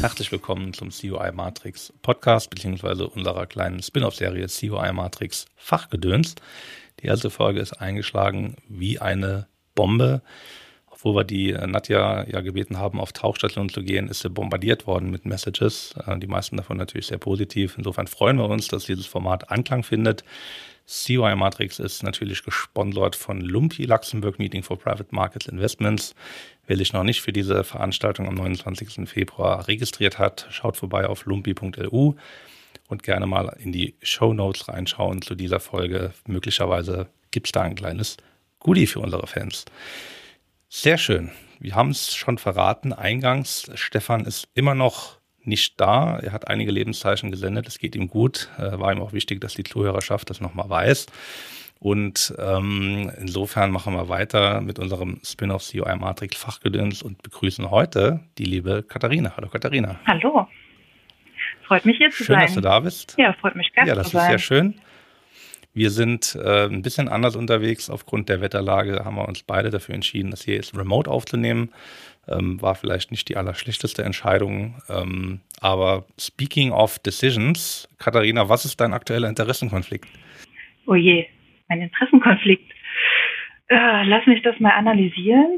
Herzlich willkommen zum COI Matrix Podcast bzw. unserer kleinen Spin-off-Serie COI Matrix Fachgedöns. Die erste Folge ist eingeschlagen wie eine Bombe. Obwohl wir die Nadja ja gebeten haben, auf Tauchstationen zu gehen, ist sie bombardiert worden mit Messages. Die meisten davon natürlich sehr positiv. Insofern freuen wir uns, dass dieses Format Anklang findet. COI Matrix ist natürlich gesponsert von Lumpi, Luxembourg Meeting for Private Markets Investments. Wer sich noch nicht für diese Veranstaltung am 29. Februar registriert hat, schaut vorbei auf lumpi.lu und gerne mal in die Shownotes reinschauen zu dieser Folge. Möglicherweise gibt es da ein kleines Goodie für unsere Fans. Sehr schön. Wir haben es schon verraten eingangs. Stefan ist immer noch nicht da. Er hat einige Lebenszeichen gesendet. Es geht ihm gut. War ihm auch wichtig, dass die Zuhörerschaft das nochmal weiß. Und insofern machen wir weiter mit unserem Spin-off COI Matrix Fachgedöns und begrüßen heute die liebe Katharina. Hallo Katharina. Hallo. Freut mich hier zu sein. Schön, dass du da bist. Ja, freut mich ganz. Ja, das ist sehr schön. Wir sind ein bisschen anders unterwegs. Aufgrund der Wetterlage haben wir uns beide dafür entschieden, das hier jetzt remote aufzunehmen. War vielleicht nicht die allerschlechteste Entscheidung. Aber speaking of decisions, Katharina, was ist dein aktueller Interessenkonflikt? Oh je, mein Interessenkonflikt. Lass mich das mal analysieren.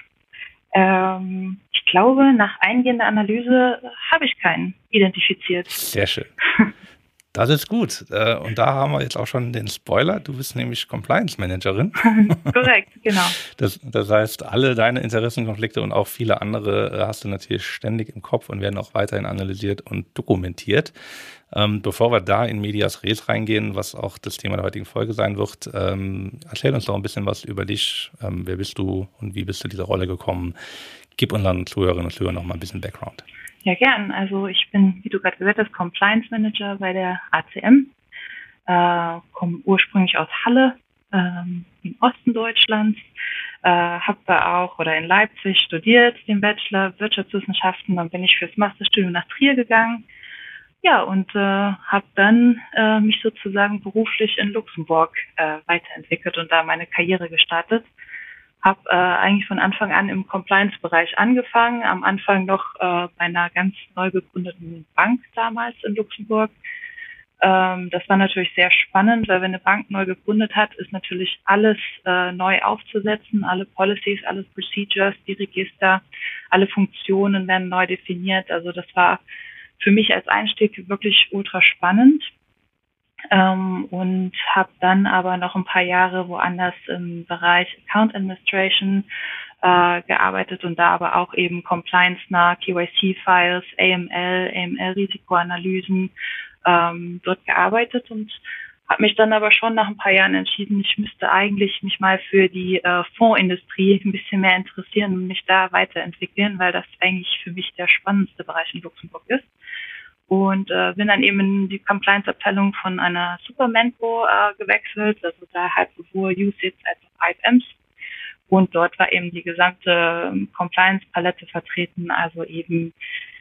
Ich glaube, nach eingehender Analyse habe ich keinen identifiziert. Sehr schön. Das ist gut. Und da haben wir jetzt auch schon den Spoiler. Du bist nämlich Compliance Managerin. Korrekt, genau. Das heißt, alle deine Interessenkonflikte und auch viele andere hast du natürlich ständig im Kopf und werden auch weiterhin analysiert und dokumentiert. Bevor wir da in Medias Res reingehen, was auch das Thema der heutigen Folge sein wird, erzähl uns doch ein bisschen was über dich. Wer bist du und wie bist du dieser Rolle gekommen? Gib unseren Zuhörerinnen und Zuhörern noch mal ein bisschen Background. Ja, gern. Also ich bin, wie du gerade gesagt hast, Compliance Manager bei der ACM. Komme ursprünglich aus Halle, im Osten Deutschlands. Habe da auch oder in Leipzig studiert, den Bachelor Wirtschaftswissenschaften. Dann bin ich fürs Masterstudium nach Trier gegangen. Ja, und habe dann mich sozusagen beruflich in Luxemburg weiterentwickelt und da meine Karriere gestartet. Habe eigentlich von Anfang an im Compliance-Bereich angefangen, am Anfang noch bei einer ganz neu gegründeten Bank damals in Luxemburg. Das war natürlich sehr spannend, weil wenn eine Bank neu gegründet hat, ist natürlich alles neu aufzusetzen, alle Policies, alle Procedures, die Register, alle Funktionen werden neu definiert. Also das war für mich als Einstieg wirklich ultra spannend. Und habe dann aber noch ein paar Jahre woanders im Bereich Account Administration gearbeitet und da aber auch eben compliance-nah, KYC-Files, AML-Risikoanalysen dort gearbeitet und habe mich dann aber schon nach ein paar Jahren entschieden, ich müsste eigentlich mich mal für die Fondsindustrie ein bisschen mehr interessieren und mich da weiterentwickeln, weil das eigentlich für mich der spannendste Bereich in Luxemburg ist. Und bin dann eben in die Compliance-Abteilung von einer Supermanco gewechselt, also da halt sowohl UCITS als auch IFMs. Und dort war eben die gesamte Compliance-Palette vertreten, also eben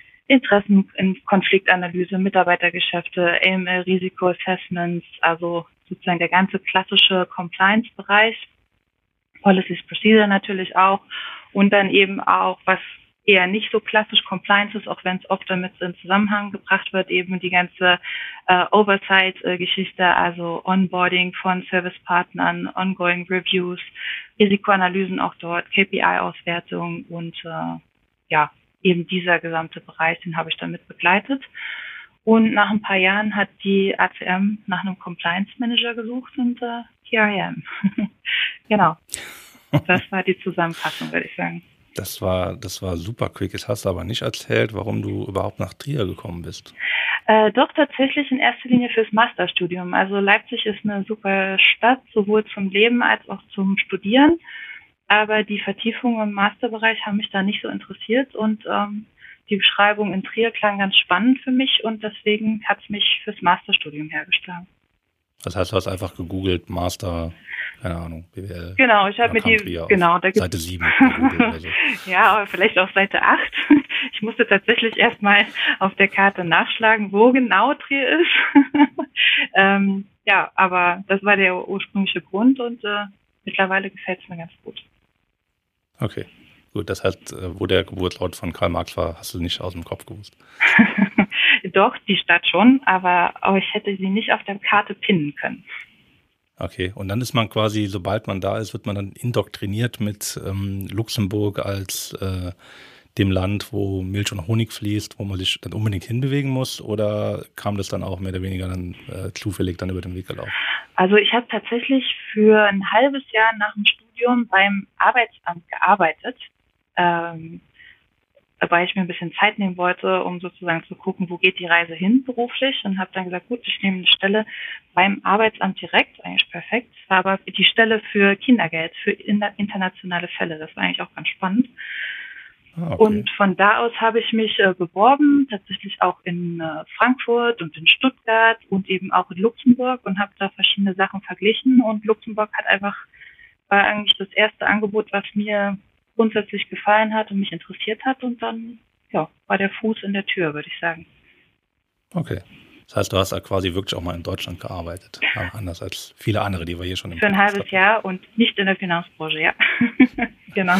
Interessenkonfliktanalyse, Mitarbeitergeschäfte, AML-Risiko-Assessments, also sozusagen der ganze klassische Compliance-Bereich, Policies, Procedure natürlich auch und dann eben auch, was eher nicht so klassisch Compliance ist, auch wenn es oft damit in Zusammenhang gebracht wird, eben die ganze Oversight-Geschichte, also Onboarding von Servicepartnern, Ongoing Reviews, Risikoanalysen auch dort, KPI-Auswertung und ja, eben dieser gesamte Bereich, den habe ich dann mit begleitet. Und nach ein paar Jahren hat die ACM nach einem Compliance Manager gesucht und here I am. Genau. Das war die Zusammenfassung, würde ich sagen. Das war super quick. Jetzt hast du aber nicht erzählt, warum du überhaupt nach Trier gekommen bist. Doch tatsächlich in erster Linie fürs Masterstudium. Also Leipzig ist eine super Stadt, sowohl zum Leben als auch zum Studieren. Aber die Vertiefungen im Masterbereich haben mich da nicht so interessiert und die Beschreibung in Trier klang ganz spannend für mich und deswegen hat es mich fürs Masterstudium hergeschlagen. Das heißt, du hast einfach gegoogelt, Master, keine Ahnung, BWL. Genau, ich habe mir die, genau, da Seite 7 oder so. Ja, aber vielleicht auch Seite 8. Ich musste tatsächlich erstmal auf der Karte nachschlagen, wo genau Trier ist. Ja, aber das war der ursprüngliche Grund und mittlerweile gefällt es mir ganz gut. Okay. Gut, das heißt, wo der Geburtsort von Karl Marx war, hast du nicht aus dem Kopf gewusst. Doch, die Stadt schon, aber ich hätte sie nicht auf der Karte pinnen können. Okay, und dann ist man quasi, sobald man da ist, wird man dann indoktriniert mit Luxemburg als dem Land, wo Milch und Honig fließt, wo man sich dann unbedingt hinbewegen muss, oder kam das dann auch mehr oder weniger dann zufällig dann über den Weg gelaufen? Also ich habe tatsächlich für ein halbes Jahr nach dem Studium beim Arbeitsamt gearbeitet, weil ich mir ein bisschen Zeit nehmen wollte, um sozusagen zu gucken, wo geht die Reise hin beruflich, und habe dann gesagt, gut, ich nehme eine Stelle beim Arbeitsamt direkt, eigentlich perfekt, war aber die Stelle für Kindergeld, für internationale Fälle, das war eigentlich auch ganz spannend. Okay. Und von da aus habe ich mich beworben, tatsächlich auch in Frankfurt und in Stuttgart und eben auch in Luxemburg, und habe da verschiedene Sachen verglichen, und Luxemburg war eigentlich das erste Angebot, was mir grundsätzlich gefallen hat und mich interessiert hat, und dann war der Fuß in der Tür, würde ich sagen. Okay. Das heißt, du hast da quasi wirklich auch mal in Deutschland gearbeitet, anders als viele andere, die wir hier schon im Für ein Podcast halbes Jahr und nicht in der Finanzbranche, ja. Genau.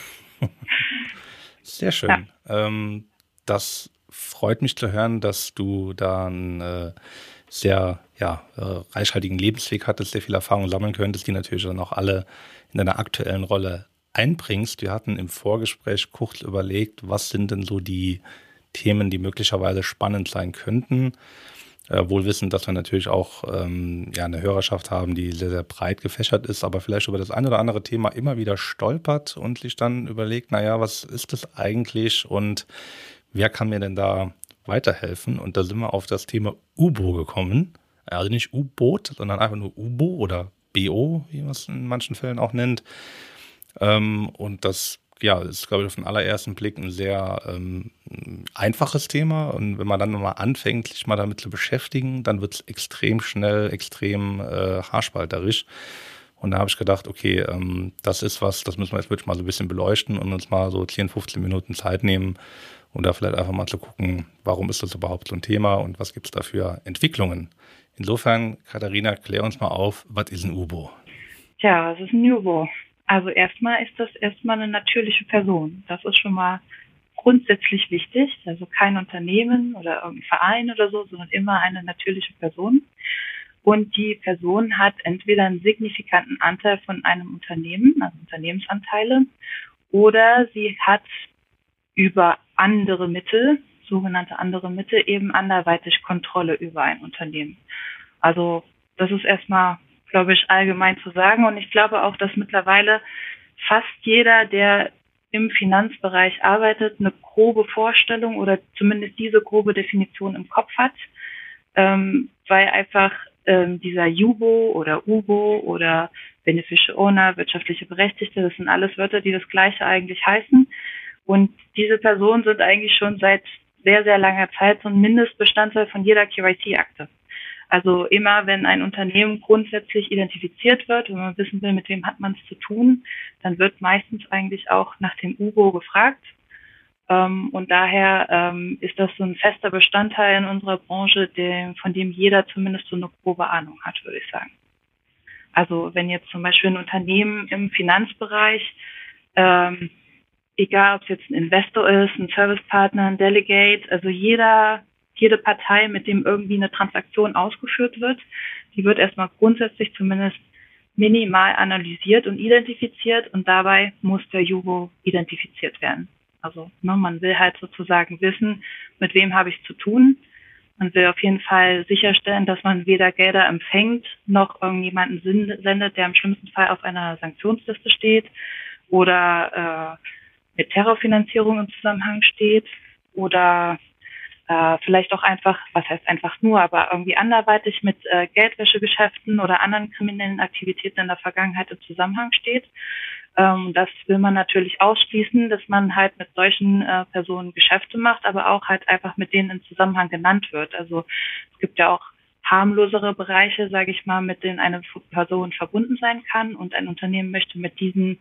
Sehr schön. Ja. Das freut mich zu hören, dass du da einen sehr reichhaltigen Lebensweg hattest, sehr viel Erfahrung sammeln könntest, die natürlich dann auch alle in deiner aktuellen Rolle einbringst. Wir hatten im Vorgespräch kurz überlegt, was sind denn so die Themen, die möglicherweise spannend sein könnten. Wohl wissend, dass wir natürlich auch eine Hörerschaft haben, die sehr, sehr breit gefächert ist, aber vielleicht über das ein oder andere Thema immer wieder stolpert und sich dann überlegt, was ist das eigentlich und wer kann mir denn da weiterhelfen? Und da sind wir auf das Thema UBO gekommen. Also nicht U-Boot, sondern einfach nur UBO oder BO, wie man es in manchen Fällen auch nennt. Und das ist, glaube ich, auf den allerersten Blick ein sehr einfaches Thema. Und wenn man dann mal anfängt, sich mal damit zu beschäftigen, dann wird es extrem schnell, extrem haarspalterisch. Und da habe ich gedacht, okay, das ist was, das müssen wir jetzt wirklich mal so ein bisschen beleuchten und uns mal so 10, 15 Minuten Zeit nehmen, um da vielleicht einfach mal zu gucken, warum ist das überhaupt so ein Thema und was gibt es da für Entwicklungen. Insofern, Katharina, klär uns mal auf, was ist ein UBO? Tja, was ist ein UBO? Also erstmal ist das eine natürliche Person. Das ist schon mal grundsätzlich wichtig. Also kein Unternehmen oder irgendein Verein oder so, sondern immer eine natürliche Person. Und die Person hat entweder einen signifikanten Anteil von einem Unternehmen, also Unternehmensanteile, oder sie hat über andere Mittel, sogenannte andere Mittel, eben anderweitig Kontrolle über ein Unternehmen. Also das ist erstmal, glaube ich, allgemein zu sagen. Und ich glaube auch, dass mittlerweile fast jeder, der im Finanzbereich arbeitet, eine grobe Vorstellung oder zumindest diese grobe Definition im Kopf hat, weil einfach dieser UBO oder UBO oder Beneficial Owner, wirtschaftliche Berechtigte, das sind alles Wörter, die das Gleiche eigentlich heißen. Und diese Personen sind eigentlich schon seit sehr, sehr langer Zeit so ein Mindestbestandteil von jeder KYC-Akte. Also immer, wenn ein Unternehmen grundsätzlich identifiziert wird, wenn man wissen will, mit wem hat man es zu tun, dann wird meistens eigentlich auch nach dem UBO gefragt. Und daher ist das so ein fester Bestandteil in unserer Branche, von dem jeder zumindest so eine grobe Ahnung hat, würde ich sagen. Also wenn jetzt zum Beispiel ein Unternehmen im Finanzbereich, egal ob es jetzt ein Investor ist, ein Servicepartner, ein Delegate, also jede Partei, mit dem irgendwie eine Transaktion ausgeführt wird, die wird erstmal grundsätzlich zumindest minimal analysiert und identifiziert, und dabei muss der UBO identifiziert werden. Also man will halt sozusagen wissen, mit wem habe ich zu tun. Man will auf jeden Fall sicherstellen, dass man weder Gelder empfängt, noch irgendjemanden sendet, der im schlimmsten Fall auf einer Sanktionsliste steht oder mit Terrorfinanzierung im Zusammenhang steht oder vielleicht auch einfach, was heißt einfach nur, aber irgendwie anderweitig mit Geldwäschegeschäften oder anderen kriminellen Aktivitäten in der Vergangenheit im Zusammenhang steht. Das will man natürlich ausschließen, dass man halt mit solchen Personen Geschäfte macht, aber auch halt einfach mit denen in Zusammenhang genannt wird. Also es gibt ja auch harmlosere Bereiche, sage ich mal, mit denen eine Person verbunden sein kann, und ein Unternehmen möchte mit diesen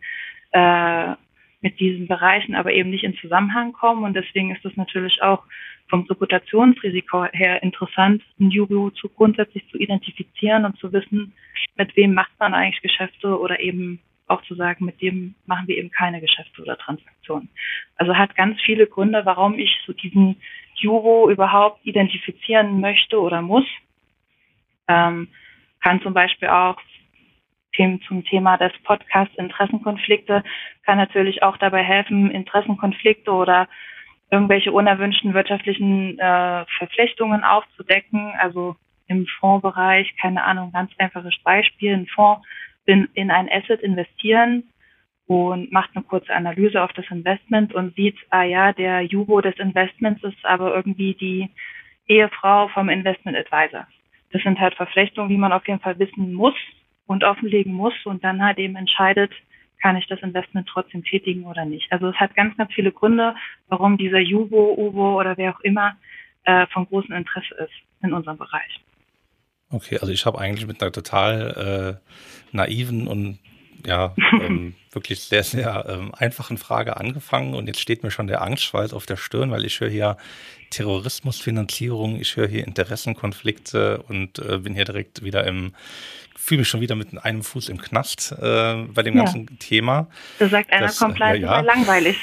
Bereichen aber eben nicht in Zusammenhang kommen, und deswegen ist es natürlich auch vom Reputationsrisiko her interessant, ein UBO grundsätzlich zu identifizieren und zu wissen, mit wem macht man eigentlich Geschäfte oder eben auch zu sagen, mit dem machen wir eben keine Geschäfte oder Transaktionen. Also hat ganz viele Gründe, warum ich so diesen Juvo überhaupt identifizieren möchte oder muss. Kann zum Beispiel auch zum Thema des Podcasts Interessenkonflikte, kann natürlich auch dabei helfen, Interessenkonflikte oder irgendwelche unerwünschten wirtschaftlichen Verflechtungen aufzudecken. Also im Fondsbereich, keine Ahnung, ganz einfaches Beispiel, ein Fonds will in ein Asset investieren und macht eine kurze Analyse auf das Investment und sieht, der Juvo des Investments ist aber irgendwie die Ehefrau vom Investment Advisor. Das sind halt Verflechtungen, die man auf jeden Fall wissen muss und offenlegen muss und dann halt eben entscheidet, kann ich das Investment trotzdem tätigen oder nicht. Also es hat ganz, ganz viele Gründe, warum dieser Juvo, Uvo oder wer auch immer von großem Interesse ist in unserem Bereich. Okay, also ich habe eigentlich mit einer total naiven und wirklich sehr, sehr einfachen Frage angefangen und jetzt steht mir schon der Angstschweiß auf der Stirn, weil ich höre hier Terrorismusfinanzierung, ich höre hier Interessenkonflikte und bin hier direkt wieder fühle mich schon wieder mit einem Fuß im Knast bei dem ganzen Thema. Da sagt einer, Compliance ist langweilig.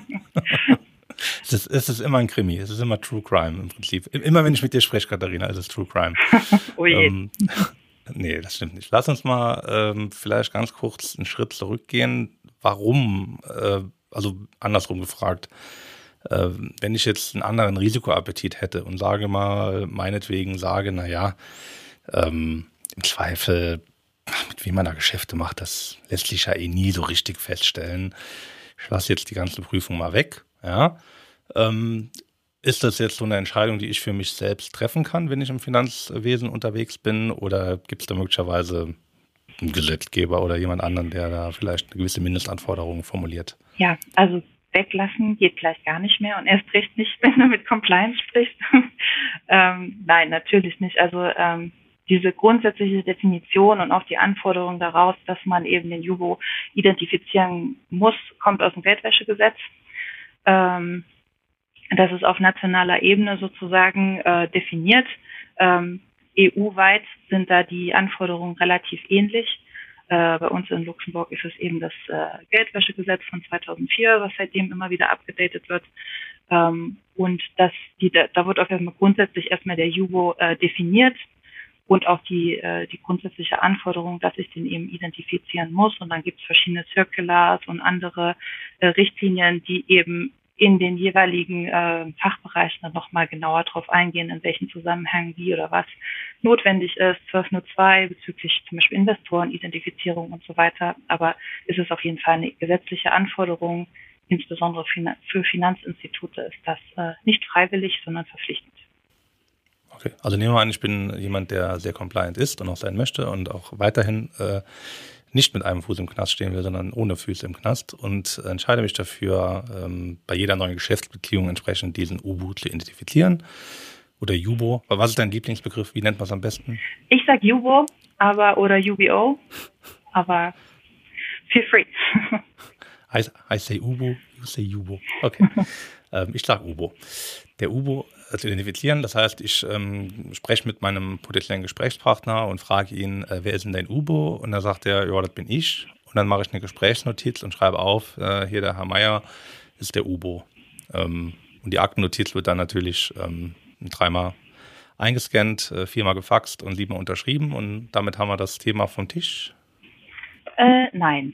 Es ist immer ein Krimi, es ist immer True Crime im Prinzip. Immer wenn ich mit dir spreche, Katharina, ist es True Crime. Oh je. Nee, das stimmt nicht. Lass uns mal vielleicht ganz kurz einen Schritt zurückgehen. Warum, also andersrum gefragt, wenn ich jetzt einen anderen Risikoappetit hätte und meinetwegen sage, im Zweifel, mit wem man da Geschäfte macht, das lässt sich ja nie so richtig feststellen. Ich lasse jetzt die ganze Prüfung mal weg. Ja. Ist das jetzt so eine Entscheidung, die ich für mich selbst treffen kann, wenn ich im Finanzwesen unterwegs bin? Oder gibt es da möglicherweise einen Gesetzgeber oder jemand anderen, der da vielleicht eine gewisse Mindestanforderung formuliert? Ja, also weglassen geht gleich gar nicht mehr und erst recht nicht, wenn du mit Compliance sprichst. Nein, natürlich nicht. Also diese grundsätzliche Definition und auch die Anforderung daraus, dass man eben den Juvo identifizieren muss, kommt aus dem Geldwäschegesetz. Das ist auf nationaler Ebene sozusagen definiert. EU-weit sind da die Anforderungen relativ ähnlich. Bei uns in Luxemburg ist es eben das Geldwäschegesetz von 2004, was seitdem immer wieder abgedatet wird. Und da wird auf jeden Fall grundsätzlich erstmal der Juvo definiert und auch die grundsätzliche Anforderung, dass ich den eben identifizieren muss. Und dann gibt es verschiedene Circulars und andere Richtlinien, die eben in den jeweiligen Fachbereichen dann nochmal genauer drauf eingehen, in welchen Zusammenhängen wie oder was notwendig ist. 1202 bezüglich zum Beispiel Investorenidentifizierung und so weiter. Aber ist es auf jeden Fall eine gesetzliche Anforderung, insbesondere für Finanzinstitute ist das nicht freiwillig, sondern verpflichtend. Okay, also nehmen wir an, ich bin jemand, der sehr compliant ist und auch sein möchte und auch weiterhin nicht mit einem Fuß im Knast stehen will, sondern ohne Füße im Knast und entscheide mich dafür, bei jeder neuen Geschäftsbeziehung entsprechend diesen UBO zu identifizieren oder Jubo. Was ist dein Lieblingsbegriff? Wie nennt man es am besten? Ich sage Jubo, oder UBO, aber feel free. I say UBO, you say Jubo. Okay, ich sage UBO. Der UBO zu identifizieren, das heißt, ich spreche mit meinem potenziellen Gesprächspartner und frage ihn, wer ist denn dein UBO? Und dann sagt er, ja, das bin ich. Und dann mache ich eine Gesprächsnotiz und schreibe auf, hier der Herr Meier ist der UBO. Und die Aktennotiz wird dann natürlich 3-mal eingescannt, 4-mal gefaxt und 7-mal unterschrieben. Und damit haben wir das Thema vom Tisch. Nein.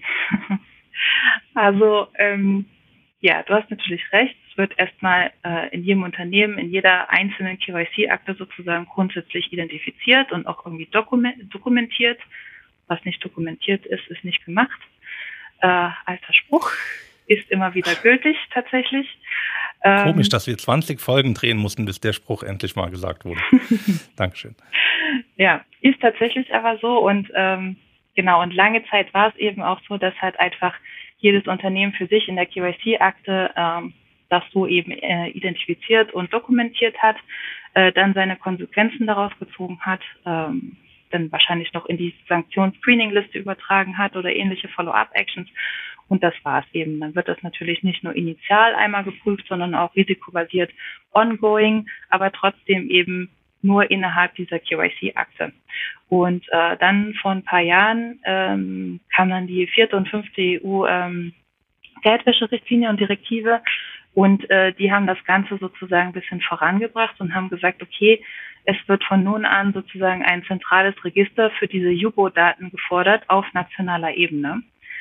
Also, du hast natürlich recht. Es wird erstmal in jedem Unternehmen, in jeder einzelnen KYC-Akte sozusagen grundsätzlich identifiziert und auch irgendwie dokumentiert. Was nicht dokumentiert ist, ist nicht gemacht. Alter Spruch, ist immer wieder gültig tatsächlich. Komisch, dass wir 20 Folgen drehen mussten, bis der Spruch endlich mal gesagt wurde. Dankeschön. Ja, ist tatsächlich aber so und und lange Zeit war es eben auch so, dass halt einfach jedes Unternehmen für sich in der KYC-Akte das so eben identifiziert und dokumentiert hat, dann seine Konsequenzen daraus gezogen hat, dann wahrscheinlich noch in die Sanktions-Screening-Liste übertragen hat oder ähnliche Follow-up-Actions. Und das war es eben. Dann wird das natürlich nicht nur initial einmal geprüft, sondern auch risikobasiert ongoing, aber trotzdem eben nur innerhalb dieser KYC-Akte. Und dann vor ein paar Jahren kam dann die 4. und 5. EU Geldwäscherichtlinie und Direktive und die haben das Ganze sozusagen ein bisschen vorangebracht und haben gesagt, okay, es wird von nun an sozusagen ein zentrales Register für diese U-Boot-Daten gefordert auf nationaler Ebene.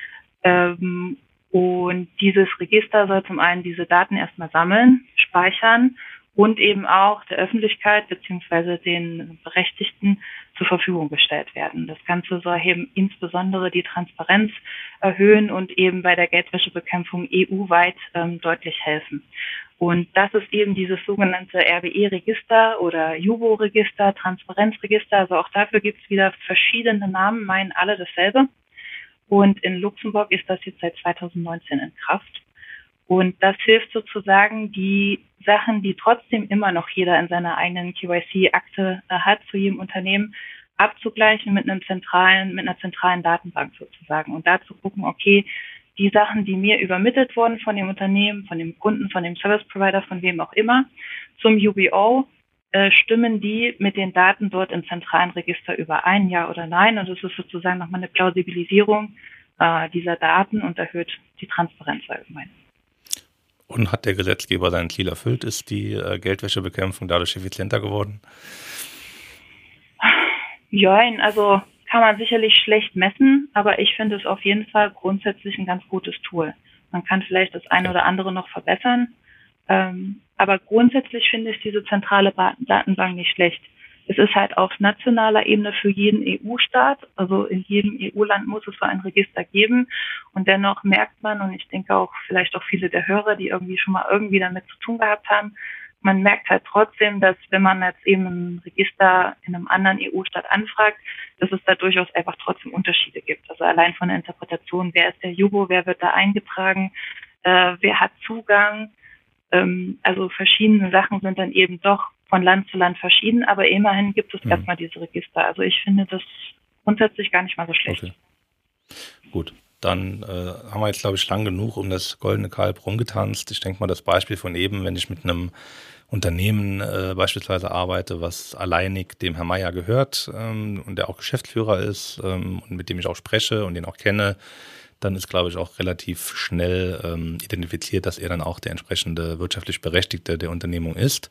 Und dieses Register soll zum einen diese Daten erstmal sammeln, speichern und eben auch der Öffentlichkeit bzw. den Berechtigten zur Verfügung gestellt werden. Das Ganze soll eben insbesondere die Transparenz erhöhen und eben bei der Geldwäschebekämpfung EU-weit deutlich helfen. Und das ist eben dieses sogenannte RWE-Register oder JUBO-Register, Transparenzregister. Also auch dafür gibt es wieder verschiedene Namen, meinen alle dasselbe. Und in Luxemburg ist das jetzt seit 2019 in Kraft. Und das hilft sozusagen, die Sachen, die trotzdem immer noch jeder in seiner eigenen KYC-Akte hat zu jedem Unternehmen, abzugleichen mit einer zentralen Datenbank sozusagen. Und da zu gucken, okay, die Sachen, die mir übermittelt wurden von dem Unternehmen, von dem Kunden, von dem Service Provider, von wem auch immer, zum UBO, stimmen die mit den Daten dort im zentralen Register überein, ja oder nein? Und das ist sozusagen nochmal eine Plausibilisierung dieser Daten und erhöht die Transparenz allgemein. Und hat der Gesetzgeber sein Ziel erfüllt? Ist die Geldwäschebekämpfung dadurch effizienter geworden? Ja, also kann man sicherlich schlecht messen, aber ich finde es auf jeden Fall grundsätzlich ein ganz gutes Tool. Man kann vielleicht das eine oder andere noch verbessern, aber grundsätzlich finde ich diese zentrale Datenbank nicht schlecht. Es ist halt auf nationaler Ebene für jeden EU-Staat, also in jedem EU-Land muss es so ein Register geben und dennoch merkt man, und ich denke auch vielleicht auch viele der Hörer, die irgendwie schon mal irgendwie damit zu tun gehabt haben, man merkt halt trotzdem, dass wenn man jetzt eben ein Register in einem anderen EU-Staat anfragt, dass es da durchaus einfach trotzdem Unterschiede gibt. Also allein von der Interpretation, wer ist der JUBO, wer wird da eingetragen, wer hat Zugang. Also verschiedene Sachen sind dann eben doch von Land zu Land verschieden, aber immerhin gibt es erstmal diese Register. Also ich finde das grundsätzlich gar nicht mal so schlecht. Okay. Gut, dann haben wir jetzt, glaube ich, lang genug um das goldene Kalb rumgetanzt. Ich denke mal, das Beispiel von eben, wenn ich mit einem Unternehmen beispielsweise arbeite, was alleinig dem Herrn Meier gehört und der auch Geschäftsführer ist und mit dem ich auch spreche und den auch kenne, dann ist, glaube ich, auch relativ schnell identifiziert, dass er dann auch der entsprechende wirtschaftlich Berechtigte der Unternehmung ist.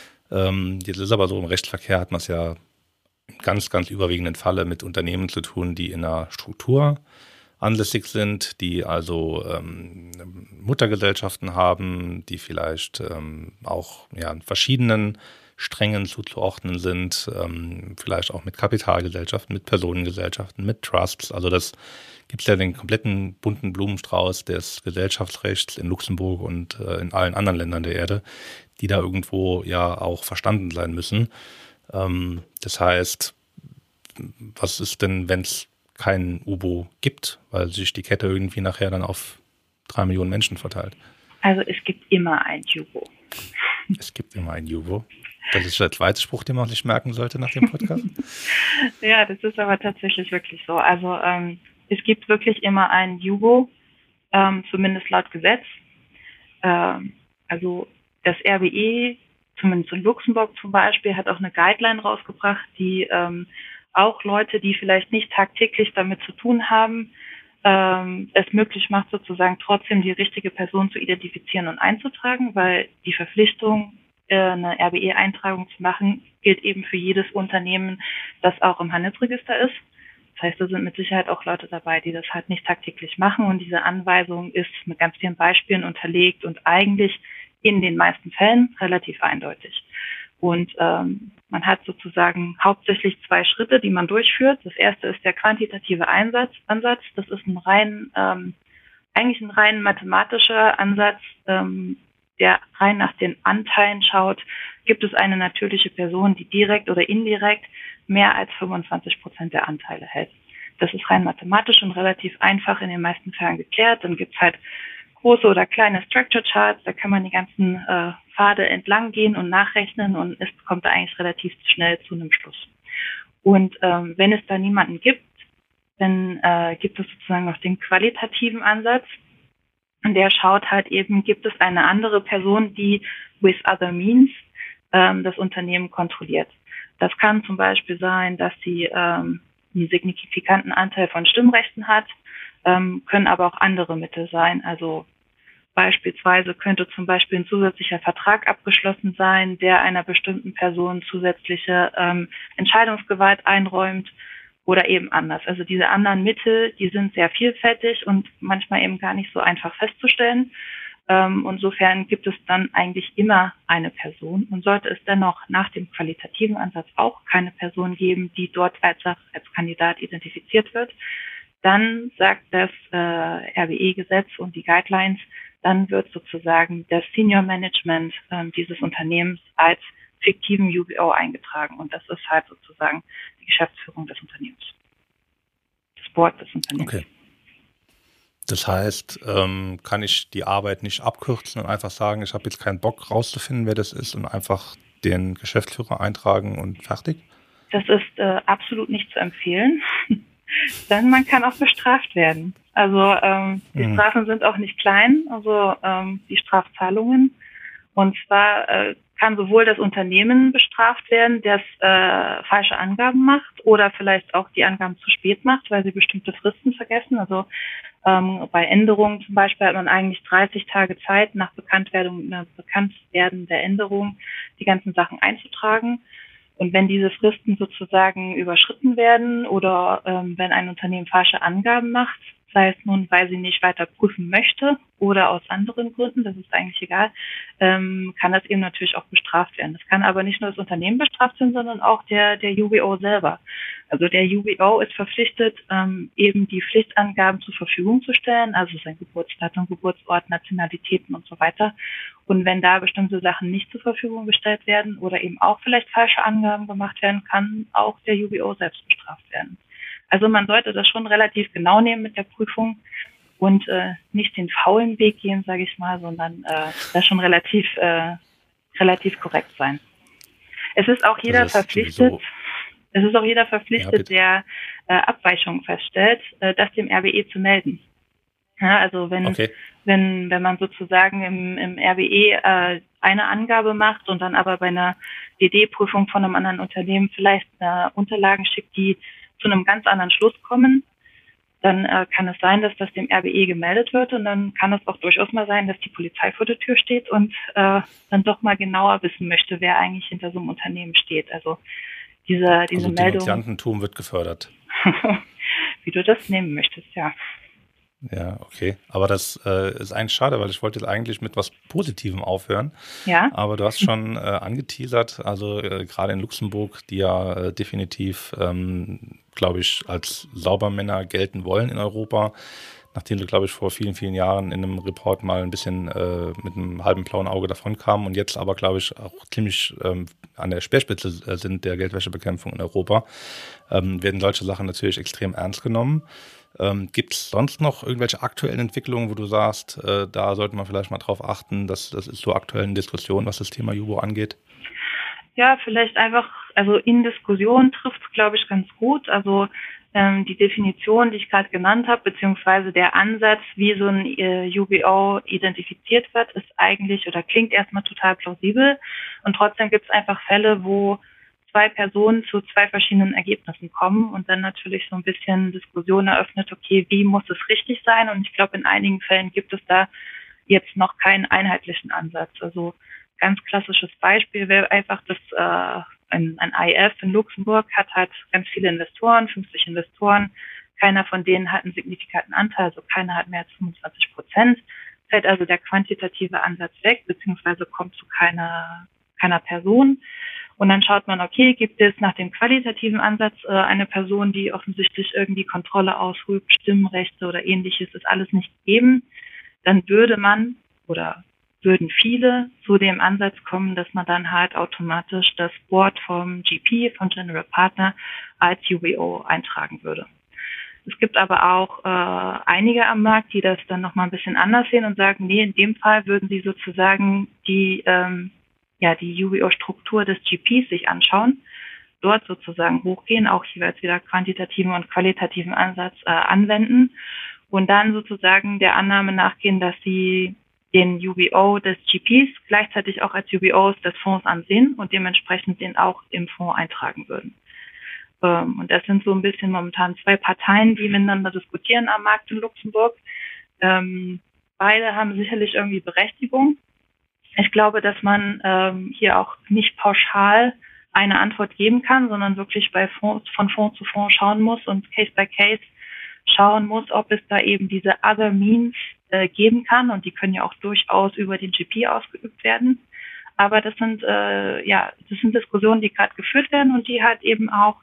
Jetzt ist aber so, im Rechtsverkehr hat man es ja im ganz, ganz überwiegenden Falle mit Unternehmen zu tun, die in einer Struktur ansässig sind, die also Muttergesellschaften haben, die vielleicht auch in verschiedenen Strängen zuzuordnen sind, vielleicht auch mit Kapitalgesellschaften, mit Personengesellschaften, mit Trusts. Also das gibt es ja den kompletten bunten Blumenstrauß des Gesellschaftsrechts in Luxemburg und in allen anderen Ländern der Erde, die da irgendwo ja auch verstanden sein müssen. Das heißt, was ist denn, wenn es kein UBO gibt, weil sich die Kette irgendwie nachher dann auf 3 Millionen Menschen verteilt? Also es gibt immer ein UBO. Es gibt immer ein UBO. Das ist der zweite Spruch, den man sich merken sollte nach dem Podcast. Ja, das ist aber tatsächlich wirklich so. Also es gibt wirklich immer ein UBO, zumindest laut Gesetz. Also das RWE, zumindest in Luxemburg zum Beispiel, hat auch eine Guideline rausgebracht, die auch Leute, die vielleicht nicht tagtäglich damit zu tun haben, es möglich macht, sozusagen trotzdem die richtige Person zu identifizieren und einzutragen, weil die Verpflichtung, eine RWE-Eintragung zu machen, gilt eben für jedes Unternehmen, das auch im Handelsregister ist. Das heißt, da sind mit Sicherheit auch Leute dabei, die das halt nicht tagtäglich machen und diese Anweisung ist mit ganz vielen Beispielen unterlegt und eigentlich in den meisten Fällen relativ eindeutig. Und man hat sozusagen hauptsächlich 2 Schritte, die man durchführt. Das erste ist der quantitative Ansatz. Das ist eigentlich ein rein mathematischer Ansatz, der rein nach den Anteilen schaut. Gibt es eine natürliche Person, die direkt oder indirekt mehr als 25% der Anteile hält? Das ist rein mathematisch und relativ einfach in den meisten Fällen geklärt. Dann gibt es halt große oder kleine Structure Charts, da kann man die ganzen Pfade entlang gehen und nachrechnen und es kommt da eigentlich relativ schnell zu einem Schluss. Und wenn es da niemanden gibt, dann gibt es sozusagen noch den qualitativen Ansatz und der schaut halt eben, gibt es eine andere Person, die with other means das Unternehmen kontrolliert. Das kann zum Beispiel sein, dass sie einen signifikanten Anteil von Stimmrechten hat, können aber auch andere Mittel sein. Also beispielsweise könnte zum Beispiel ein zusätzlicher Vertrag abgeschlossen sein, der einer bestimmten Person zusätzliche Entscheidungsgewalt einräumt oder eben anders. Also diese anderen Mittel, die sind sehr vielfältig und manchmal eben gar nicht so einfach festzustellen. Insofern gibt es dann eigentlich immer eine Person und sollte es dennoch nach dem qualitativen Ansatz auch keine Person geben, die dort als Kandidat identifiziert wird, dann sagt das RWE-Gesetz und die Guidelines, dann wird sozusagen das Senior Management dieses Unternehmens als fiktiven UBO eingetragen und das ist halt sozusagen die Geschäftsführung des Unternehmens, das Board des Unternehmens. Okay. Das heißt, kann ich die Arbeit nicht abkürzen und einfach sagen, ich habe jetzt keinen Bock rauszufinden, wer das ist und einfach den Geschäftsführer eintragen und fertig? Das ist absolut nicht zu empfehlen, denn man kann auch bestraft werden. Also die Strafen sind auch nicht klein, also die Strafzahlungen. Und zwar kann sowohl das Unternehmen bestraft werden, das falsche Angaben macht oder vielleicht auch die Angaben zu spät macht, weil sie bestimmte Fristen vergessen. Also bei Änderungen zum Beispiel hat man eigentlich 30 Tage Zeit, nach Bekanntwerden der Änderung die ganzen Sachen einzutragen. Und wenn diese Fristen sozusagen überschritten werden oder wenn ein Unternehmen falsche Angaben macht, sei es nun, weil sie nicht weiter prüfen möchte oder aus anderen Gründen, das ist eigentlich egal, kann das eben natürlich auch bestraft werden. Das kann aber nicht nur das Unternehmen bestraft werden, sondern auch der UBO selber. Also der UBO ist verpflichtet, eben die Pflichtangaben zur Verfügung zu stellen, also sein Geburtsdatum, Geburtsort, Nationalitäten und so weiter. Und wenn da bestimmte Sachen nicht zur Verfügung gestellt werden oder eben auch vielleicht falsche Angaben gemacht werden, kann auch der UBO selbst bestraft werden. Also man sollte das schon relativ genau nehmen mit der Prüfung und nicht den faulen Weg gehen, sage ich mal, sondern da schon relativ korrekt sein. Es ist auch jeder verpflichtet, der Abweichungen feststellt, das dem RWE zu melden. Ja, also wenn man sozusagen im RWE eine Angabe macht und dann aber bei einer DD-Prüfung von einem anderen Unternehmen vielleicht Unterlagen schickt, die zu einem ganz anderen Schluss kommen, dann kann es sein, dass das dem RWE gemeldet wird und dann kann es auch durchaus mal sein, dass die Polizei vor der Tür steht und dann doch mal genauer wissen möchte, wer eigentlich hinter so einem Unternehmen steht. Also diese Meldung. Denunziantentum wird gefördert. Wie du das nehmen möchtest, ja. Ja, okay. Aber das ist eigentlich schade, weil ich wollte jetzt eigentlich mit was Positivem aufhören. Ja. Aber du hast schon angeteasert, also gerade in Luxemburg, die ja definitiv, glaube ich, als Saubermänner gelten wollen in Europa, nachdem sie, glaube ich, vor vielen, vielen Jahren in einem Report mal ein bisschen mit einem halben blauen Auge davon kamen und jetzt aber, glaube ich, auch ziemlich an der Speerspitze sind der Geldwäschebekämpfung in Europa, werden solche Sachen natürlich extrem ernst genommen. Gibt es sonst noch irgendwelche aktuellen Entwicklungen, wo du sagst, da sollte man vielleicht mal drauf achten, das ist so aktuell in Diskussion, was das Thema UBO angeht? Ja, vielleicht einfach, also in Diskussion trifft es, glaube ich, ganz gut. Also die Definition, die ich gerade genannt habe, beziehungsweise der Ansatz, wie so ein UBO identifiziert wird, ist eigentlich oder klingt erstmal total plausibel. Und trotzdem gibt es einfach Fälle, wo zwei Personen zu zwei verschiedenen Ergebnissen kommen und dann natürlich so ein bisschen Diskussion eröffnet, okay, wie muss es richtig sein? Und ich glaube, in einigen Fällen gibt es da jetzt noch keinen einheitlichen Ansatz. Also ganz klassisches Beispiel wäre einfach, dass ein IF in Luxemburg hat halt ganz viele Investoren, 50 Investoren. Keiner von denen hat einen signifikanten Anteil, also keiner hat mehr als 25%. Fällt also der quantitative Ansatz weg, beziehungsweise kommt zu keiner Person. Und dann schaut man, okay, gibt es nach dem qualitativen Ansatz eine Person, die offensichtlich irgendwie Kontrolle ausübt, Stimmrechte oder ähnliches, ist alles nicht gegeben. Dann würde man oder würden viele zu dem Ansatz kommen, dass man dann halt automatisch das Board vom GP, von General Partner, als UBO eintragen würde. Es gibt aber auch einige am Markt, die das dann nochmal ein bisschen anders sehen und sagen, nee, in dem Fall würden sie sozusagen die UBO-Struktur des GPs sich anschauen, dort sozusagen hochgehen, auch jeweils wieder quantitativen und qualitativen Ansatz anwenden und dann sozusagen der Annahme nachgehen, dass sie den UBO des GPs gleichzeitig auch als UBOs des Fonds ansehen und dementsprechend den auch im Fonds eintragen würden. Und das sind so ein bisschen momentan zwei Parteien, die miteinander diskutieren am Markt in Luxemburg. Beide haben sicherlich irgendwie Berechtigung. Ich glaube, dass man hier auch nicht pauschal eine Antwort geben kann, sondern wirklich von Fonds zu Fonds schauen muss und Case by Case schauen muss, ob es da eben diese Other Means geben kann, und die können ja auch durchaus über den GP ausgeübt werden. Aber das sind Diskussionen, die gerade geführt werden und die halt eben auch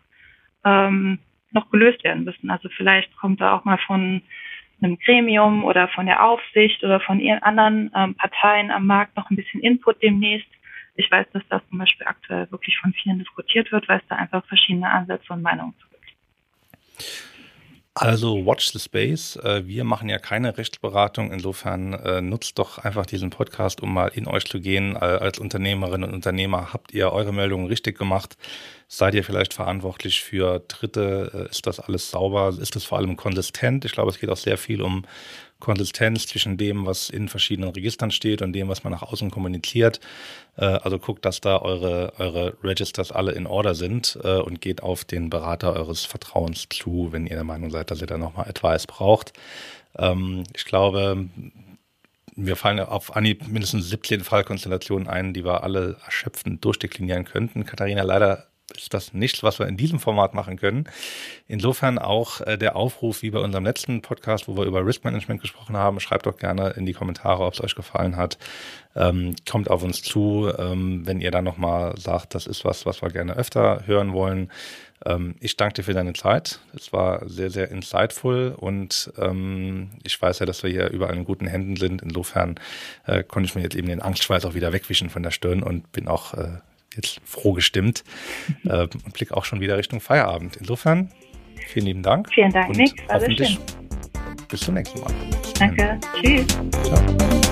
noch gelöst werden müssen. Also vielleicht kommt da auch mal von einem Gremium oder von der Aufsicht oder von ihren anderen Parteien am Markt noch ein bisschen Input demnächst. Ich weiß, dass das zum Beispiel aktuell wirklich von vielen diskutiert wird, weil es da einfach verschiedene Ansätze und Meinungen zu gibt. Also watch the space. Wir machen ja keine Rechtsberatung. Insofern nutzt doch einfach diesen Podcast, um mal in euch zu gehen. Als Unternehmerinnen und Unternehmer habt ihr eure Meldungen richtig gemacht. Seid ihr vielleicht verantwortlich für Dritte? Ist das alles sauber? Ist das vor allem konsistent? Ich glaube, es geht auch sehr viel um Konsistenz zwischen dem, was in verschiedenen Registern steht und dem, was man nach außen kommuniziert. Also guckt, dass da eure Registers alle in Order sind und geht auf den Berater eures Vertrauens zu, wenn ihr der Meinung seid, dass ihr da nochmal Advice braucht. Ich glaube, mir fallen auf Anhieb mindestens 17 Fallkonstellationen ein, die wir alle erschöpfend durchdeklinieren könnten. Katharina, leider ist das nichts, was wir in diesem Format machen können. Insofern auch der Aufruf, wie bei unserem letzten Podcast, wo wir über Risk Management gesprochen haben. Schreibt doch gerne in die Kommentare, ob es euch gefallen hat. Kommt auf uns zu, wenn ihr dann nochmal sagt, das ist was wir gerne öfter hören wollen. Ich danke dir für deine Zeit. Es war sehr, sehr insightful und ich weiß ja, dass wir hier überall in guten Händen sind. Insofern konnte ich mir jetzt eben den Angstschweiß auch wieder wegwischen von der Stirn und bin auch jetzt froh gestimmt und blicke auch schon wieder Richtung Feierabend. Insofern, vielen lieben Dank. Vielen Dank, und Nick. War sehr schön. Bis zum nächsten Mal. Danke. Tschüss. Ciao.